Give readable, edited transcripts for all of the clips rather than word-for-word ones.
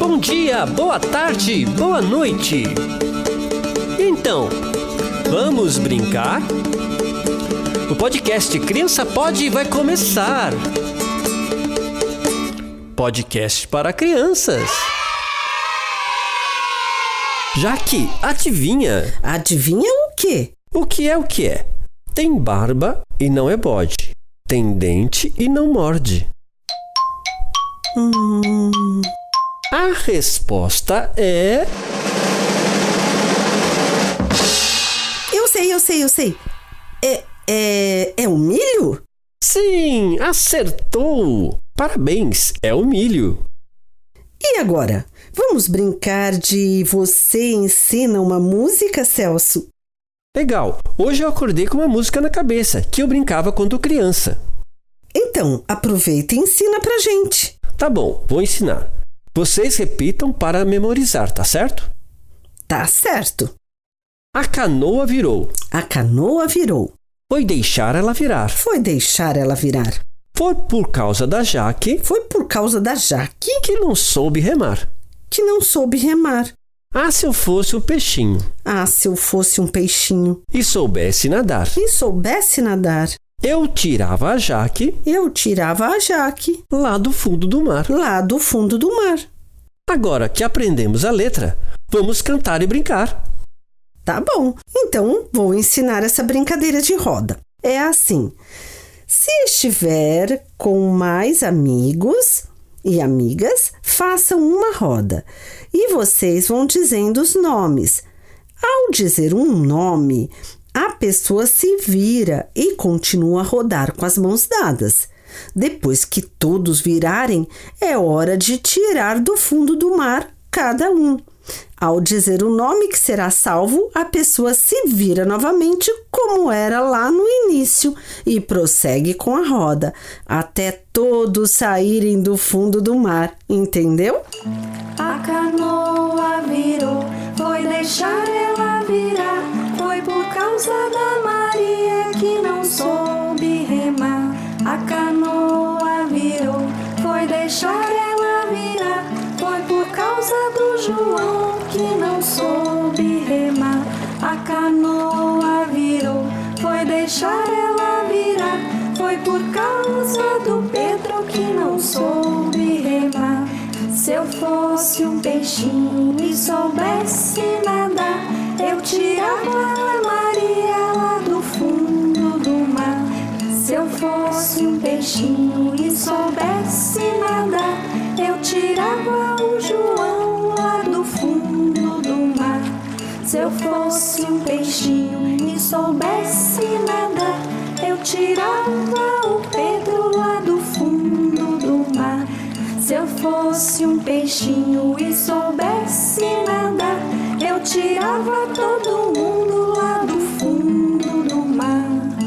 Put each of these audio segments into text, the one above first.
Bom dia, boa tarde, boa noite. Então, vamos brincar? O podcast Criança Pode vai começar. Podcast para crianças. Jaque, adivinha? Adivinha o quê? O que é o que é? Tem barba e não é bode. Tem dente e não morde. A resposta é... Eu sei. É o milho? Sim, acertou! Parabéns, é o milho. E agora? Vamos brincar de Você Ensina uma Música, Celso? Legal, hoje eu acordei com uma música na cabeça, que eu brincava quando criança. Então, aproveita e ensina pra gente. Tá bom, vou ensinar. Vocês repitam para memorizar, tá certo? Tá certo. A canoa virou. A canoa virou. Foi deixar ela virar. Foi deixar ela virar. Foi por causa da Jaque. Foi por causa da Jaque. Que não soube remar. Que não soube remar. Ah, se eu fosse um peixinho. Ah, se eu fosse um peixinho. E soubesse nadar. E soubesse nadar. Eu tirava a Jaque. Eu tirava a Jaque. Lá do fundo do mar. Lá do fundo do mar. Agora que aprendemos a letra, vamos cantar e brincar. Tá bom, então vou ensinar essa brincadeira de roda. É assim, se estiver com mais amigos e amigas, façam uma roda e vocês vão dizendo os nomes. Ao dizer um nome, a pessoa se vira e continua a rodar com as mãos dadas. Depois que todos virarem, é hora de tirar do fundo do mar cada um. Ao dizer o nome que será salvo, a pessoa se vira novamente como era lá no início e prossegue com a roda, até todos saírem do fundo do mar, entendeu? A canoa virou, foi deixar ela virar, foi por causa da Maria que não soube remar. A canoa virou, foi deixar ela virar, foi por causa do João que não soube remar. A canoa virou, foi deixar ela virar, foi por causa do Pedro que não soube remar. Se eu fosse um peixinho e soubesse nadar, eu tirava a Maria lá do fundo do mar. Se eu fosse um peixinho e soubesse nadar, eu tirava o João lá do fundo do mar. Se eu fosse um peixinho e soubesse nadar, eu tirava o Pedro lá do fundo do mar. Se eu fosse um peixinho e soubesse nadar, eu tirava todo mundo lá do fundo do mar.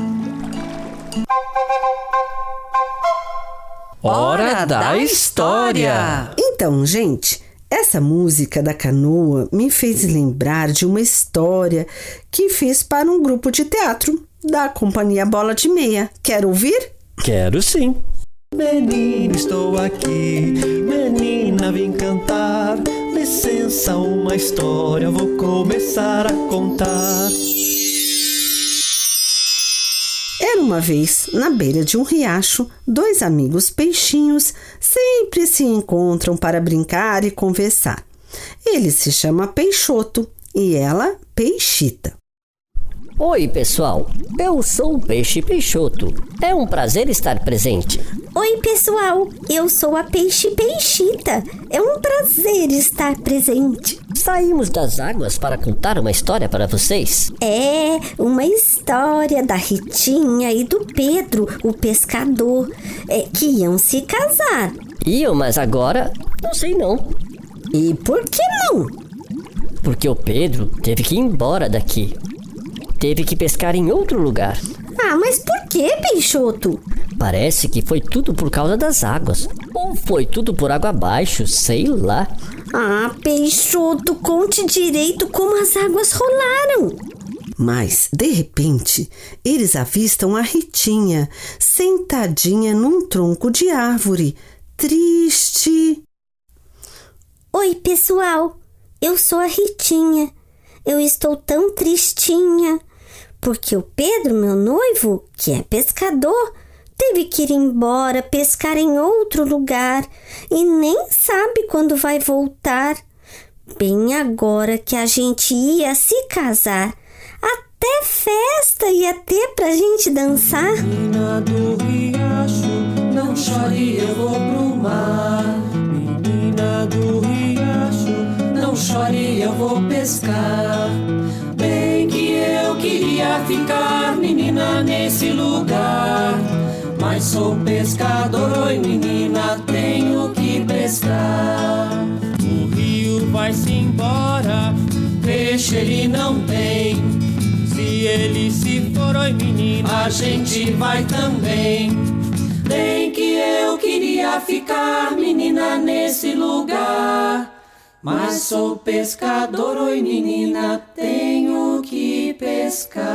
Hora da história! Então, gente, essa música da canoa me fez lembrar de uma história que fiz para um grupo de teatro da Companhia Bola de Meia. Quer ouvir? Quero sim! Menina, estou aqui, menina, vim cantar. Licença, uma história, vou começar a contar. Era uma vez, na beira de um riacho, dois amigos peixinhos sempre se encontram para brincar e conversar. Ele se chama Peixoto e ela Peixita. Oi, pessoal. Eu sou o Peixe Peixoto. É um prazer estar presente. Oi, pessoal. Eu sou a Peixe Peixita. É um prazer estar presente. Saímos das águas para contar uma história para vocês. É uma história da Ritinha e do Pedro, o pescador, que iam se casar. Iam, mas agora não sei não. E por que não? Porque o Pedro teve que ir embora daqui. Teve que pescar em outro lugar. Ah, mas por que, Peixoto? Parece que foi tudo por causa das águas. Ou foi tudo por água abaixo, sei lá. Ah, Peixoto, conte direito como as águas rolaram. Mas, de repente, eles avistam a Ritinha, sentadinha num tronco de árvore, triste. Oi, pessoal, eu sou a Ritinha. Eu estou tão tristinha, porque o Pedro, meu noivo, que é pescador, teve que ir embora pescar em outro lugar e nem sabe quando vai voltar. Bem agora que a gente ia se casar, até festa ia ter pra gente dançar. Menina do riacho, não chore, eu vou pro mar. Menina do riacho, não chore, eu vou pescar. Bem que eu queria ficar, menina, nesse lugar, mas sou pescador, oi menina, tenho que pescar. O rio vai-se embora, peixe ele não tem. Se ele se for, oi menina, a gente vai também. Bem que eu queria ficar, menina, nesse lugar, mas sou pescador, oi menina, tenho que pescar.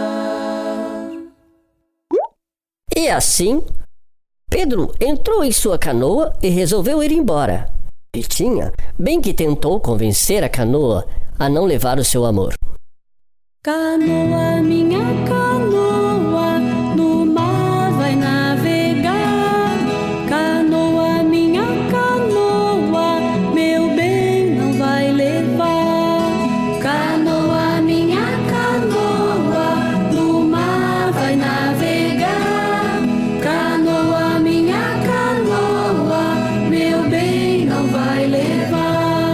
E assim, Pedro entrou em sua canoa e resolveu ir embora. Ritinha bem que tentou convencer a canoa a não levar o seu amor. Canoa, minha canoa, no mar vai navegar. Canoa, minha canoa, meu bem não vai levar. Canoa, minha canoa, no mar vai navegar. Canoa, minha canoa, meu bem não vai levar.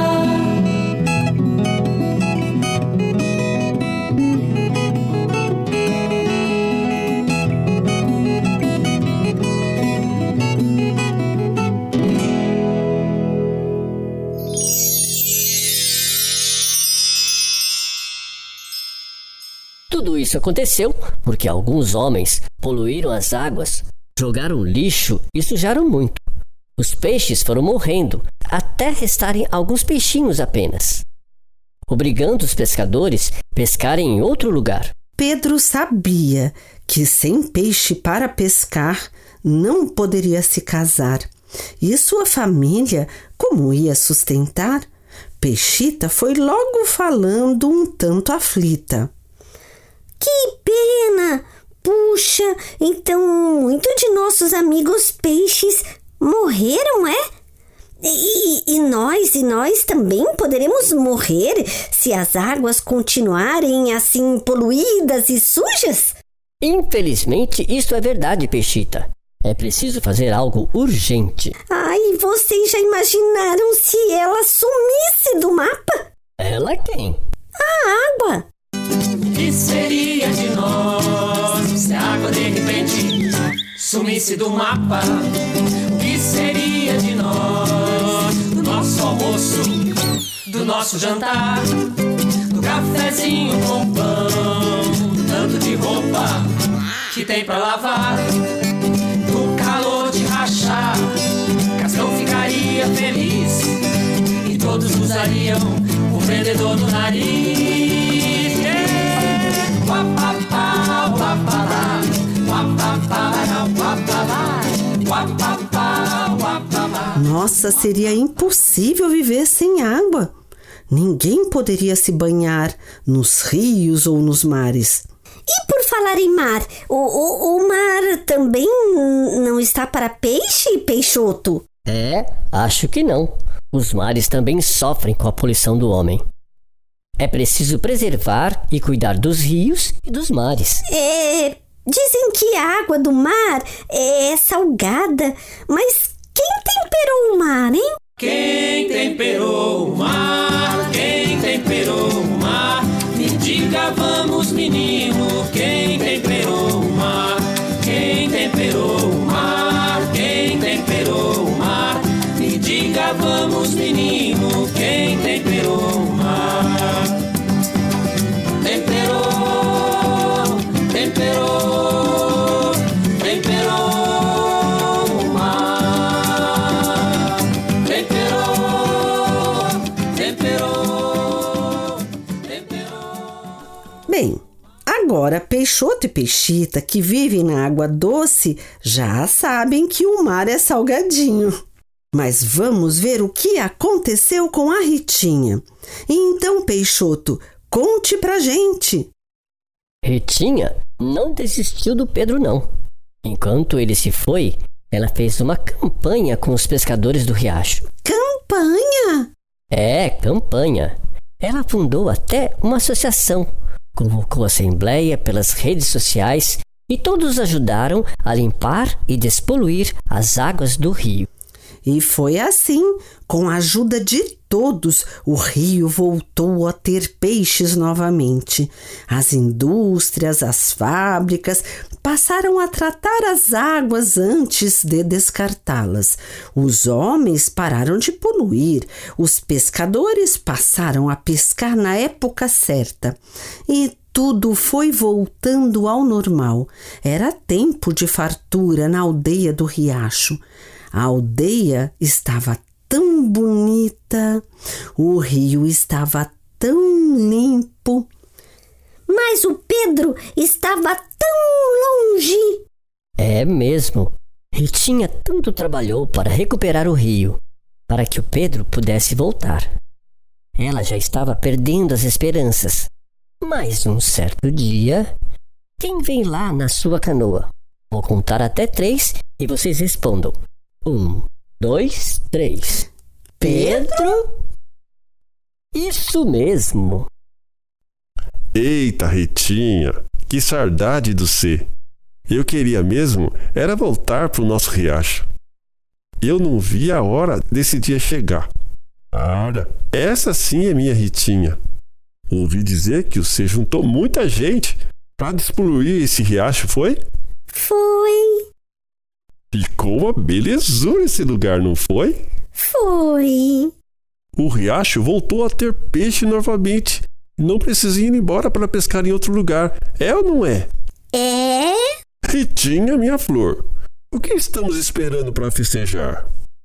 Tudo isso aconteceu porque alguns homens poluíram as águas, jogaram lixo e sujaram muito. Os peixes foram morrendo até restarem alguns peixinhos apenas, obrigando os pescadores a pescarem em outro lugar. Pedro sabia que sem peixe para pescar não poderia se casar. E sua família, como ia sustentar? Peixita foi logo falando um tanto aflita. Que pena! Puxa, então muitos de nossos amigos peixes morreram, é? E nós também poderemos morrer se as águas continuarem assim poluídas e sujas? Infelizmente, isso é verdade, Peixita. É preciso fazer algo urgente. Ai, vocês já imaginaram se ela sumisse do mapa? Ela quem? A água! O que seria de nós se a água de repente sumisse do mapa? O que seria de nós, do nosso almoço, do nosso jantar, do cafezinho com pão, do tanto de roupa que tem pra lavar, do calor de rachar? Cascão ficaria feliz e todos usariam o vendedor do nariz. Nossa, seria impossível viver sem água. Ninguém poderia se banhar nos rios ou nos mares. E por falar em mar, o mar também não está para peixe, Peixoto? Acho que não. Os mares também sofrem com a poluição do homem. É preciso preservar e cuidar dos rios e dos mares. Dizem que a água do mar é salgada, mas quem temperou o mar, hein? Quem temperou o mar? Quem temperou o mar? Me diga, vamos, menino, quem temperou o mar? Quem temperou o mar? Quem temperou o mar? Me diga, vamos, menino, quem temperou o mar? Temperou, temperou, temperou o mar. Temperou, temperou, temperou. Bem, agora Peixoto e Peixita, que vivem na água doce, já sabem que o mar é salgadinho. Mas vamos ver o que aconteceu com a Ritinha. Então, Peixoto, conte pra gente. Ritinha não desistiu do Pedro, não. Enquanto ele se foi, ela fez uma campanha com os pescadores do riacho. Campanha? É, campanha. Ela fundou até uma associação, convocou assembleia pelas redes sociais e todos ajudaram a limpar e despoluir as águas do rio. E foi assim, com a ajuda de todos, o rio voltou a ter peixes novamente. As indústrias, as fábricas passaram a tratar as águas antes de descartá-las. Os homens pararam de poluir, os pescadores passaram a pescar na época certa. E tudo foi voltando ao normal. Era tempo de fartura na aldeia do riacho. A aldeia estava tão bonita, o rio estava tão limpo. Mas o Pedro estava tão longe. É mesmo. Ritinha tanto trabalhou para recuperar o rio, para que o Pedro pudesse voltar. Ela já estava perdendo as esperanças. Mas um certo dia, quem vem lá na sua canoa? Vou contar até 3 e vocês respondam. 1, 2, 3. Pedro? Isso mesmo. Eita, Ritinha, que saudade do C. Eu queria mesmo era voltar pro nosso riacho. Eu não vi a hora desse dia chegar. Ora, essa sim é minha Ritinha. Ouvi dizer que você juntou muita gente para despoluir esse riacho, foi? Foi. Ficou uma belezura esse lugar, não foi? Foi. O riacho voltou a ter peixe novamente. Não precisa ir embora para pescar em outro lugar. É ou não é? É? Ritinha, minha flor, o que estamos esperando para festejar?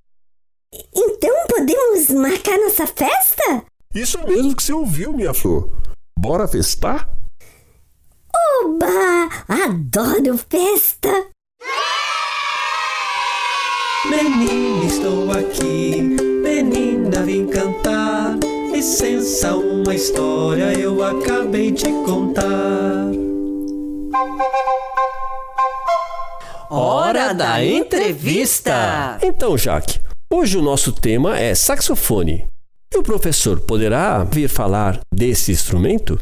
Então podemos marcar nossa festa? Isso mesmo que você ouviu, minha flor. Bora festar? Oba! Adoro festa! Menina, estou aqui, menina, vim cantar. Licença, uma história eu acabei de contar. Hora da entrevista! Então, Jaque, hoje o nosso tema é saxofone. E o professor poderá vir falar desse instrumento?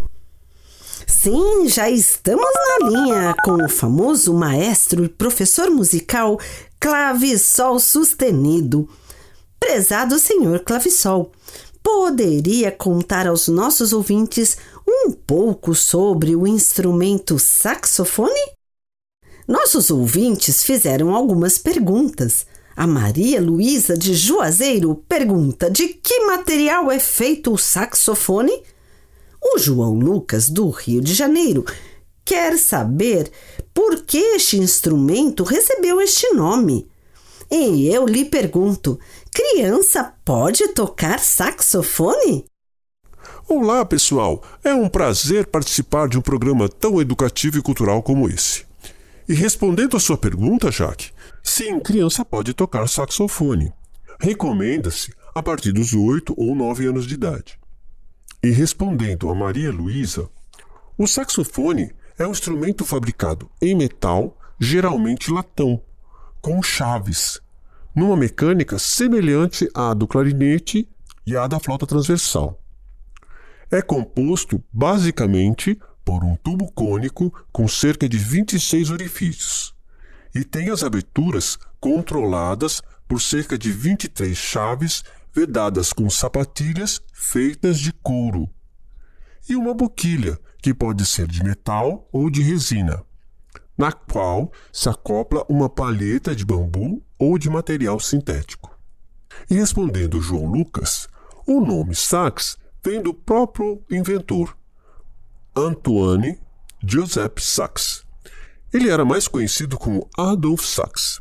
Sim, já estamos na linha com o famoso maestro e professor musical Clavissol Sustenido. Prezado senhor Clavissol, poderia contar aos nossos ouvintes um pouco sobre o instrumento saxofone? Nossos ouvintes fizeram algumas perguntas. A Maria Luísa de Juazeiro pergunta de que material é feito o saxofone? O João Lucas, do Rio de Janeiro, quer saber por que este instrumento recebeu este nome. E eu lhe pergunto, criança pode tocar saxofone? Olá, pessoal! É um prazer participar de um programa tão educativo e cultural como esse. E respondendo a sua pergunta, Jaque, sim, criança pode tocar saxofone. Recomenda-se a partir dos 8 ou 9 anos de idade. E respondendo a Maria Luísa, o saxofone é um instrumento fabricado em metal, geralmente latão, com chaves, numa mecânica semelhante à do clarinete e à da flauta transversal. É composto basicamente por um tubo cônico com cerca de 26 orifícios e tem as aberturas controladas por cerca de 23 chaves vedadas com sapatilhas feitas de couro e uma boquilha que pode ser de metal ou de resina, na qual se acopla uma palheta de bambu ou de material sintético. E respondendo João Lucas, o nome sax vem do próprio inventor, Antoine Joseph Sax. Ele era mais conhecido como Adolphe Sax.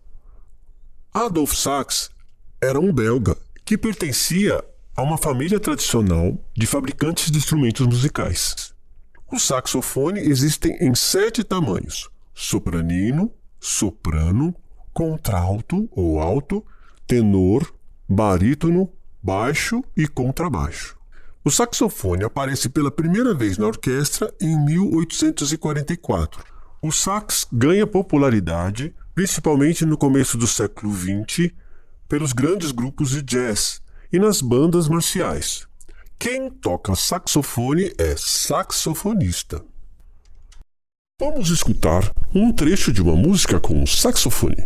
Adolphe Sax era um belga que pertencia a uma família tradicional de fabricantes de instrumentos musicais. O saxofone existem em 7 tamanhos: sopranino, soprano, contralto ou alto, tenor, barítono, baixo e contrabaixo. O saxofone aparece pela primeira vez na orquestra em 1844. O sax ganha popularidade, principalmente no começo do século XX, pelos grandes grupos de jazz e nas bandas marciais. Quem toca saxofone é saxofonista. Vamos escutar um trecho de uma música com saxofone.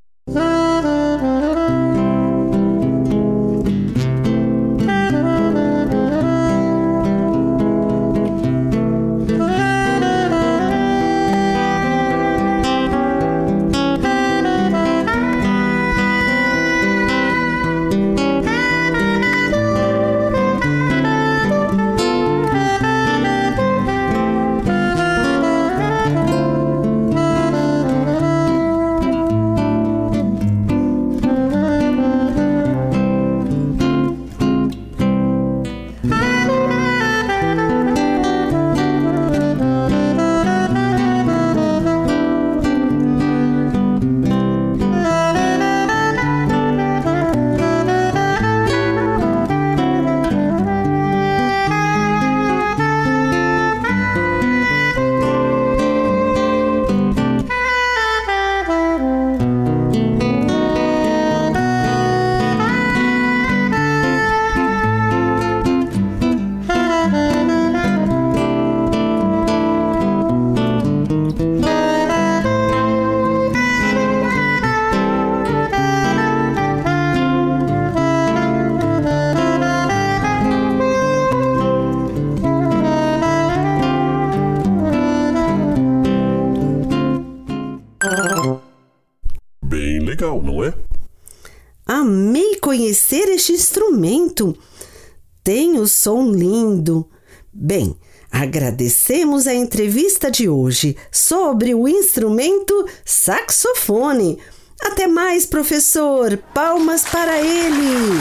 Bem legal, não é? Amei conhecer este instrumento. Tem o som lindo. Bem, agradecemos a entrevista de hoje sobre o instrumento saxofone. Até mais, professor. Palmas para ele.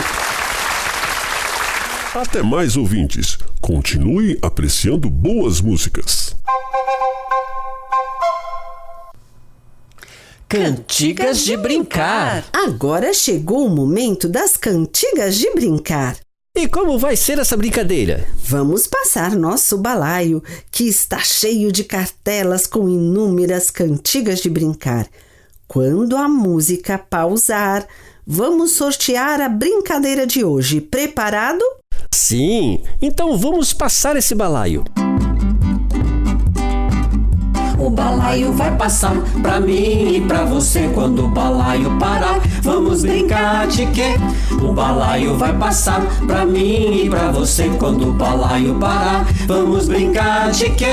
Até mais, ouvintes. Continue apreciando boas músicas. Cantigas de brincar. Agora chegou o momento das cantigas de brincar. E como vai ser essa brincadeira? Vamos passar nosso balaio, que está cheio de cartelas com inúmeras cantigas de brincar. Quando a música pausar, vamos sortear a brincadeira de hoje. Preparado? Sim, então vamos passar esse balaio. O balaio vai passar pra mim e pra você. Quando o balaio parar, vamos brincar de quê? O balaio vai passar pra mim e pra você. Quando o balaio parar, vamos brincar de quê?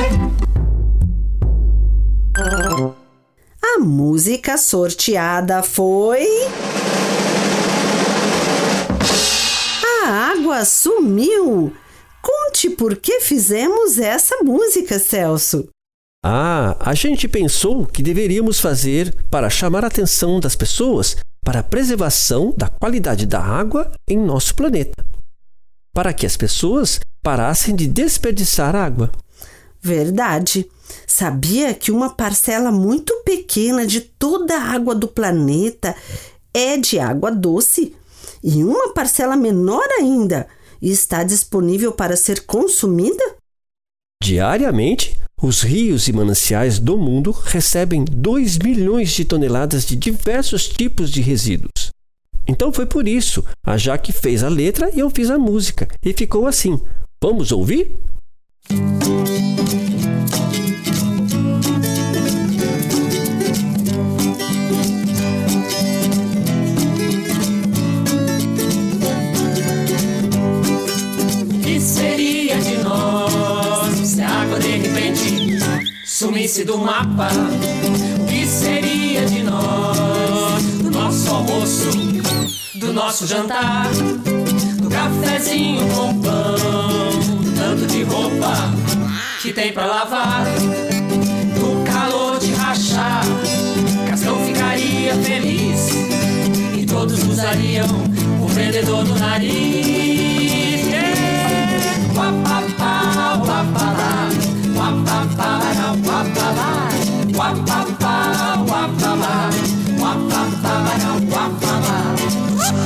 A música sorteada foi... A água sumiu! Conte por que fizemos essa música, Celso. A gente pensou que deveríamos fazer para chamar a atenção das pessoas para a preservação da qualidade da água em nosso planeta, para que as pessoas parassem de desperdiçar água. Verdade. Sabia que uma parcela muito pequena de toda a água do planeta é de água doce? E uma parcela menor ainda está disponível para ser consumida? Diariamente, os rios e mananciais do mundo recebem 2 milhões de toneladas de diversos tipos de resíduos. Então foi por isso, a Jaque fez a letra e eu fiz a música. E ficou assim. Vamos ouvir? Sumisse do mapa, o que seria de nós? Do nosso almoço, do nosso jantar, do cafezinho com pão, do tanto de roupa que tem pra lavar, do calor de rachar, Cascão ficaria feliz e todos usariam o prendedor do nariz. Uapapá, uapalá, uapapá, uapalá, uapapá, uapalá, uapapá, uapalá.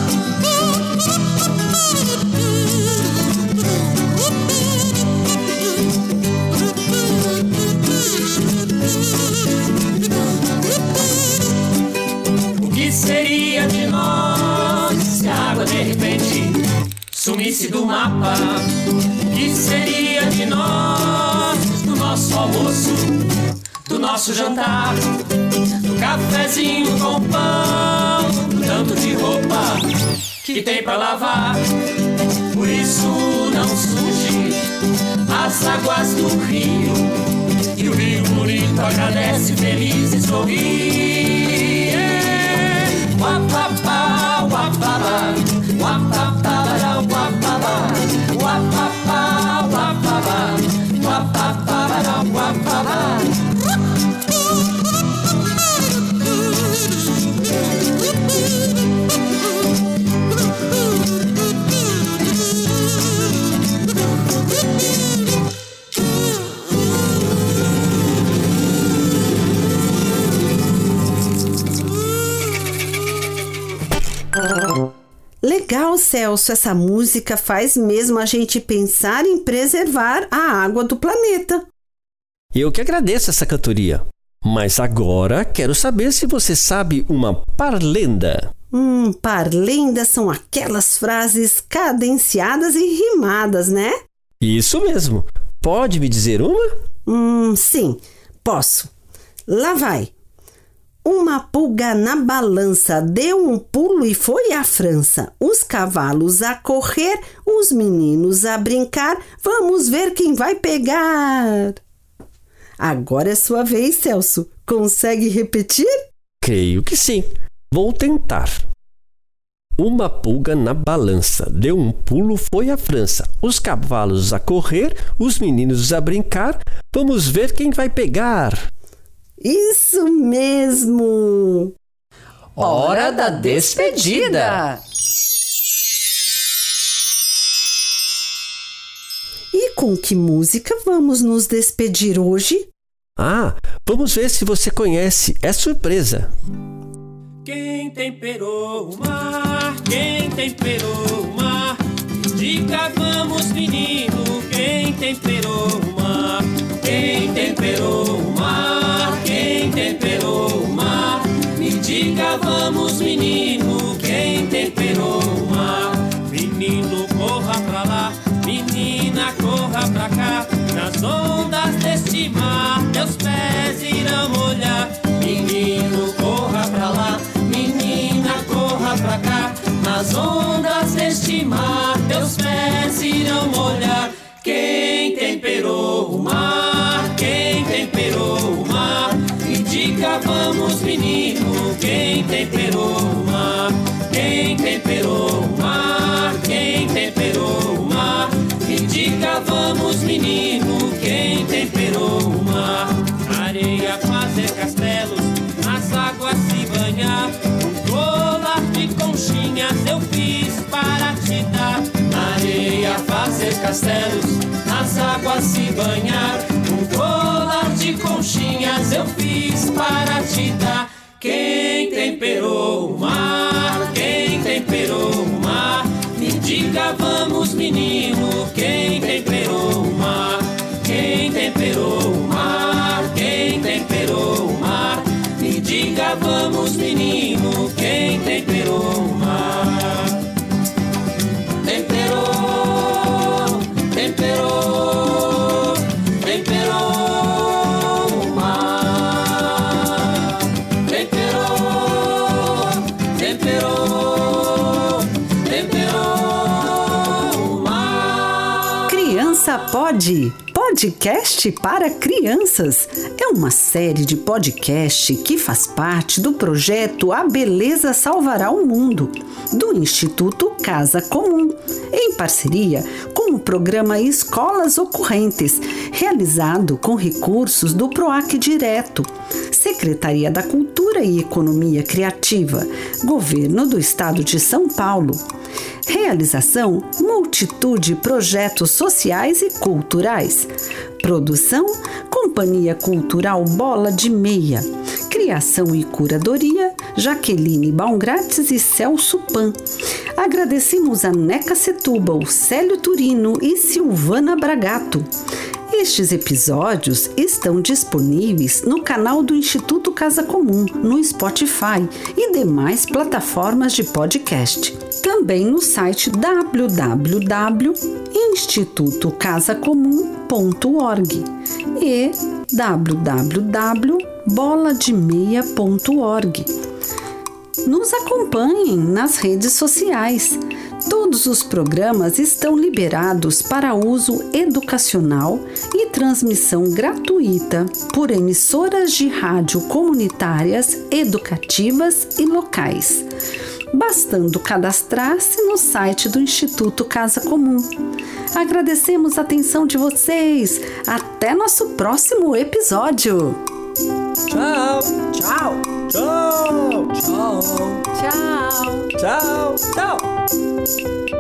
água de repente sumisse do mapa. O que seria de nós, do nosso almoço, do nosso jantar, do cafezinho com pão, do tanto de roupa que tem pra lavar? Por isso não surge as águas do rio, e o rio bonito agradece, feliz e sorri. Uapapá, uapapá, uapapá, uapapá, uapapá, uapapá, uapapá, uapapá. Legal, Celso, essa música faz mesmo a gente pensar em preservar a água do planeta. Eu que agradeço essa cantoria. Mas agora quero saber se você sabe uma parlenda. Parlendas são aquelas frases cadenciadas e rimadas, né? Isso mesmo. Pode me dizer uma? Sim, posso. Lá vai. Uma pulga na balança deu um pulo e foi à França. Os cavalos a correr, os meninos a brincar. Vamos ver quem vai pegar. Agora é sua vez, Celso. Consegue repetir? Creio que sim. Vou tentar. Uma pulga na balança deu um pulo, foi à França. Os cavalos a correr, os meninos a brincar. Vamos ver quem vai pegar. Isso mesmo! Hora da despedida! E com que música vamos nos despedir hoje? Vamos ver se você conhece. É surpresa. Quem temperou o mar? Quem temperou o mar? Diga, vamos, menino, quem temperou o mar? Quem temperou o mar? Quem temperou o mar? Me diga, vamos, menino, quem temperou o mar? Menino, corra pra lá, menina, corra pra cá. Nas ondas deste mar, teus pés irão molhar. Menino, corra pra lá, menina, corra pra cá. Nas ondas deste mar, teus pés irão molhar. Quem temperou o mar? Quem temperou o mar? Me diga, vamos, menino, quem temperou o mar? Quem temperou o mar? Quem temperou o mar? Me diga, vamos, menino, quem temperou o mar? Areia fazer castelos, nas águas se banhar. Um colar de conchinhas eu fiz para te dar. Na areia fazer castelos, nas águas se banhar. Um colar de conchinhas eu fiz para te dar. Quem temperou o mar? Quem temperou o mar? Me diga, vamos, menino, quem temperou o mar? Quem temperou o mar? Quem temperou o mar? Me diga, vamos, menino, quem temperou o mar? Temperou, temperou, temperou o mar. Temperou, temperou, temperou o mar. Criança Pode. Podcast para crianças. É uma série de podcast que faz parte do projeto A Beleza Salvará o Mundo, do Instituto Casa Comum, em parceria com o programa Escolas Ocorrentes, realizado com recursos do PROAC Direto, Secretaria da Cultura e Economia Criativa, Governo do Estado de São Paulo. Realização: multitude de projetos sociais e culturais. Produção: Companhia Cultural Bola de Meia. Criação e curadoria: Jaqueline Baumgratz e Celso Pan. Agradecemos a Neca Setúbal, Célio Turino e Silvana Bragato. Estes episódios estão disponíveis no canal do Instituto Casa Comum, no Spotify e demais plataformas de podcast. Também no site www.institutocasacomum.org e www.bolademeia.org. Nos acompanhem nas redes sociais. Todos os programas estão liberados para uso educacional e transmissão gratuita por emissoras de rádio comunitárias, educativas e locais, bastando cadastrar-se no site do Instituto Casa Comum. Agradecemos a atenção de vocês. Até nosso próximo episódio. Tchau! Tchau! Tchau! Tchau! Tchau! Tchau! Tchau!